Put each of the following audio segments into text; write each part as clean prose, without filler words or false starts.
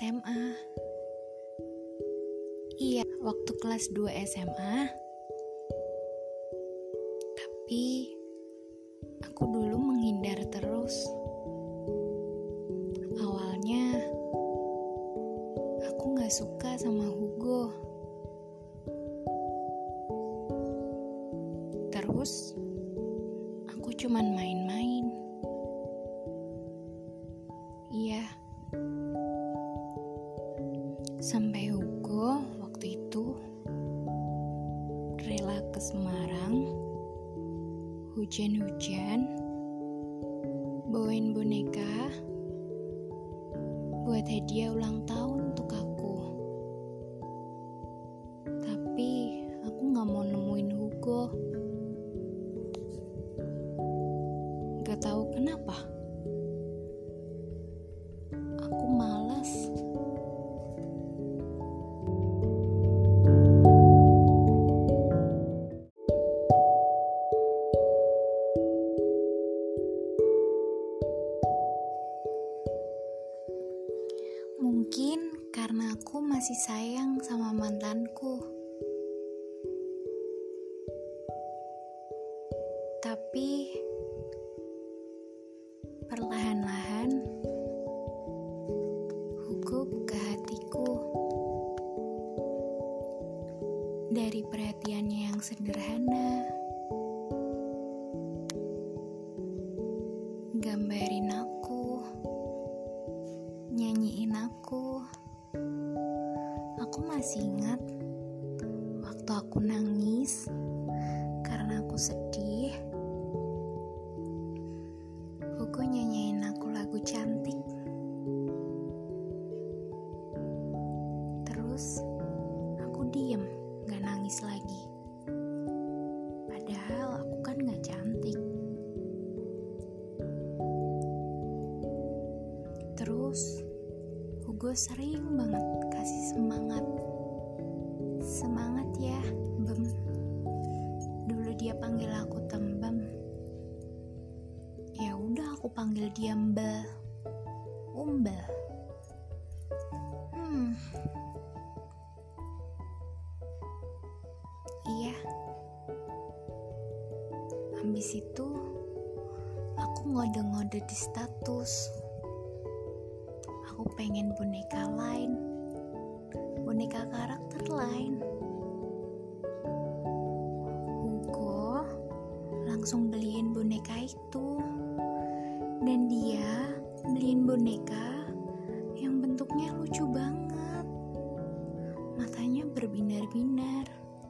SMA. Iya, waktu kelas 2 SMA. Tapi aku dulu menghindar terus. Awalnya aku gak suka sama Hugo. Terus aku cuman main-main. Iya. Sampai Hugo waktu itu rela ke Semarang, hujan-hujan, bawain boneka buat hadiah ulang tahun untuk aku. Tapi aku gak mau nemuin Hugo. Gak tahu kenapa. Aku malas. Mungkin karena aku masih sayang sama mantanku. Tapi perlahan-lahan Hugo buka hatiku. Dari perhatiannya yang sederhana, gambarin aku, nyanyiin aku. Aku masih ingat waktu aku nangis karena aku sedih. Hugo nyanyiin aku lagu cantik. Terus aku diem, gak nangis lagi. Padahal aku kan gak cantik. Terus Hugo sering banget kasih semangat. Semangat ya, Bem. Dulu dia panggil aku Tembem. Ya udah aku panggil dia Mbel. Umbel. Iya. Habis itu aku ngode-ngode di status. Aku pengen boneka lain, boneka karakter lain. Hugo langsung beliin boneka itu. Dan dia beliin boneka yang bentuknya lucu banget. Matanya berbinar-binar.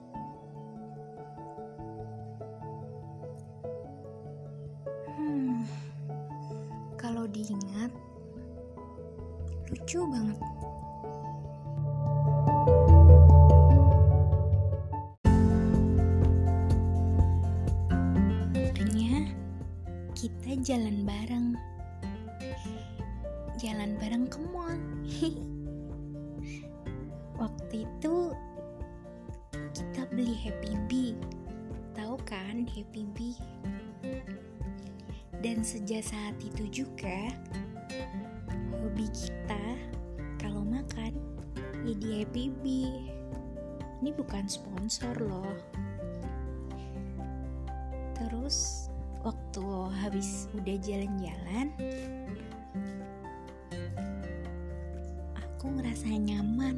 Kalau diingat, lucu banget. Akhirnya kita jalan bareng ke mall. Waktu itu kita beli Happy Bee. Tahu kan Happy Bee? Dan sejak saat itu juga hobi kita kalau makan ya di Happy Bee. Ini bukan sponsor loh. Terus waktu habis udah jalan-jalan, aku ngerasa nyaman.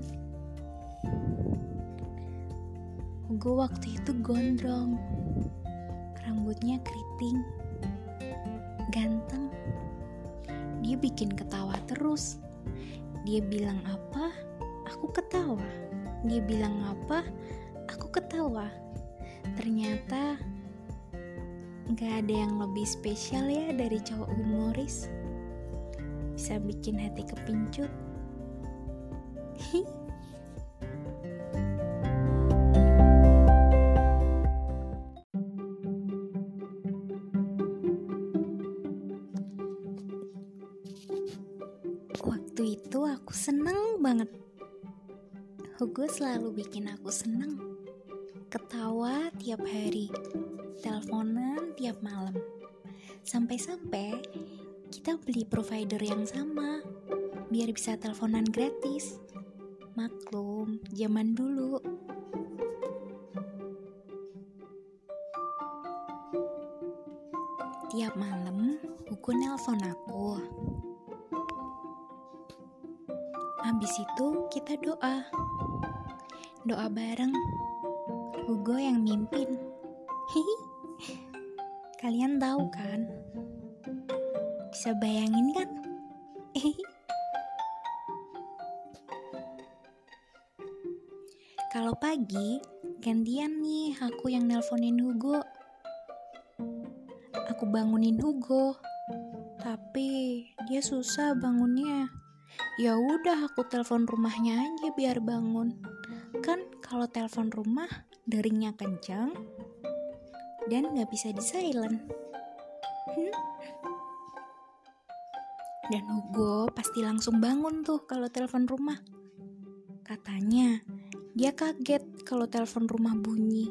Hugo waktu itu gondrong, rambutnya keriting, ganteng. Dia bikin ketawa terus. Dia bilang apa, aku ketawa. Dia bilang apa, aku ketawa. Ternyata gak ada yang lebih spesial ya dari cowok humoris. Bisa bikin hati kepincut. Waktu itu aku seneng banget. Hugo selalu bikin aku seneng. Ketawa tiap hari, teleponan tiap malam. Sampai-sampai kita beli provider yang sama. biar bisa teleponan gratis. Maklum, zaman dulu. Tiap malam, Hugo nelpon aku. Habis itu kita doa. Doa bareng. Hugo yang mimpin. Hihi. Kalian tahu kan? Bisa bayangin kan? Kalau pagi, gantian nih aku yang nelponin Hugo. Aku bangunin Hugo, tapi dia susah bangunnya. Ya udah aku telepon rumahnya aja biar bangun. Kan kalau telepon rumah deringnya kencang dan nggak bisa di silent. Dan Hugo pasti langsung bangun tuh kalau telepon rumah. Katanya dia kaget kalau telepon rumah bunyi.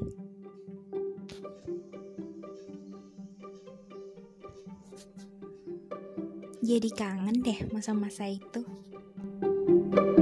Jadi kangen deh masa-masa itu.